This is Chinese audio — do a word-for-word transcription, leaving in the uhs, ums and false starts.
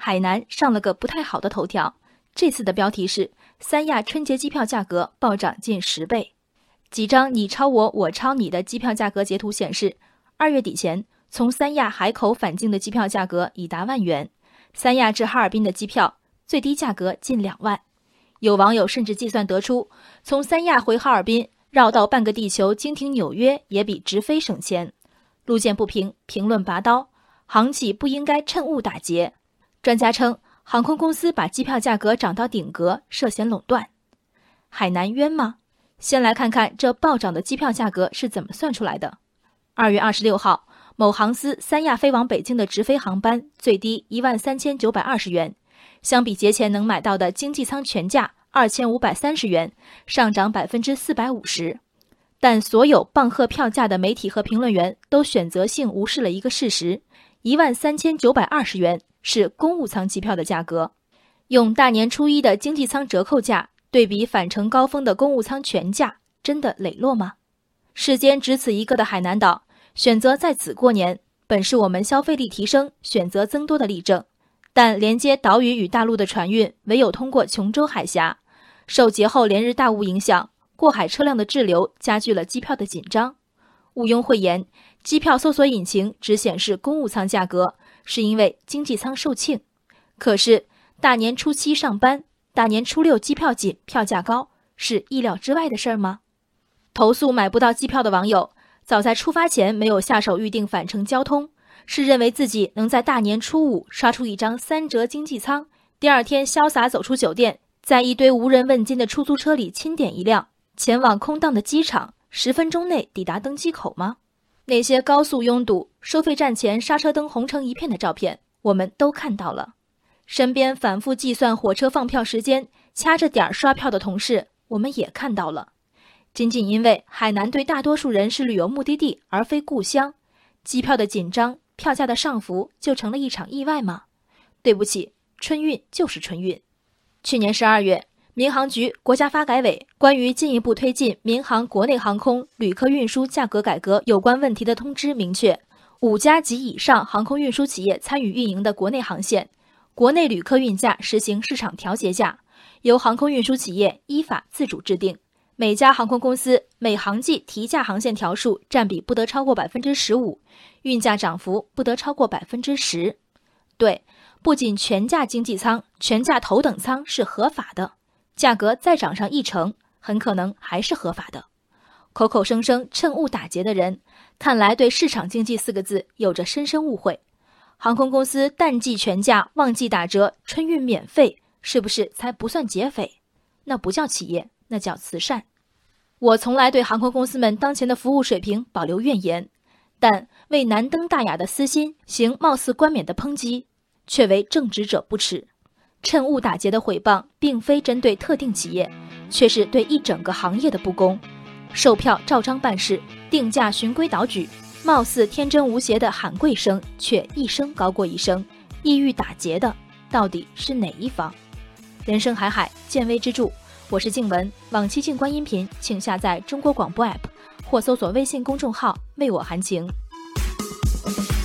海南上了个不太好的头条，这次的标题是三亚春节机票价格暴涨近十倍。几张你抄我我抄你的机票价格截图显示，二月底前从三亚海口返境的机票价格已达万元，三亚至哈尔滨的机票最低价格近两万。有网友甚至计算得出，从三亚回哈尔滨绕道半个地球经停纽约也比直飞省钱。路见不平，评论拔刀，航企不应该趁误打劫。专家称，航空公司把机票价格涨到顶格，涉嫌垄断。海南冤吗？先来看看这暴涨的机票价格是怎么算出来的。二月二十六号，某航司三亚飞往北京的直飞航班最低一万三千九百二十元，相比节前能买到的经济舱全价二千五百三十元，上涨百分之四百五十。但所有棒喝票价的媒体和评论员都选择性无视了一个事实：一万三千九百二十元是公务舱机票的价格。用大年初一的经济舱折扣价对比返程高峰的公务舱全价，真的磊落吗？世间只此一个的海南岛，选择在此过年，本是我们消费力提升、选择增多的例证。但连接岛屿与大陆的船运唯有通过琼州海峡，受节后连日大雾影响，过海车辆的滞留加剧了机票的紧张。毋庸讳言，机票搜索引擎只显示公务舱价格，是因为经济舱售罄。可是大年初七上班，大年初六机票紧，票价高，是意料之外的事儿吗？投诉买不到机票的网友，早在出发前没有下手预订返程交通，是认为自己能在大年初五刷出一张三折经济舱，第二天潇洒走出酒店，在一堆无人问津的出租车里钦点一辆，前往空荡的机场，十分钟内抵达登机口吗？那些高速拥堵、收费站前刹车灯红成一片的照片，我们都看到了。身边反复计算火车放票时间、掐着点儿刷票的同事，我们也看到了。仅仅因为海南对大多数人是旅游目的地而非故乡，机票的紧张、票价的上浮就成了一场意外吗？对不起，春运就是春运。去年十二月，民航局、国家发改委关于进一步推进民航国内航空旅客运输价格改革有关问题的通知明确，五家及以上航空运输企业参与运营的国内航线，国内旅客运价实行市场调节价，由航空运输企业依法自主制定。每家航空公司每航季提价航线条数占比不得超过 百分之十五， 运价涨幅不得超过 百分之十。 对，不仅全价经济舱、全价头等舱是合法的，价格再涨上一成，很可能还是合法的。口口声声趁误打劫的人，看来对市场经济四个字有着深深误会。航空公司淡季全价、旺季打折、春运免费，是不是才不算劫匪？那不叫企业，那叫慈善。我从来对航空公司们当前的服务水平保留怨言，但为难登大雅的私心行貌似冠冕的抨击，却为正直者不耻。趁误打劫的毁谤并非针对特定企业，却是对一整个行业的不公。售票照章办事，定价循规蹈矩，貌似天真无邪的喊贵声，却一声高过一声。意欲打劫的到底是哪一方？人生海海，见微知著。我是静文，往期静观音频请下载中国广播 A P P 或搜索微信公众号为我含情。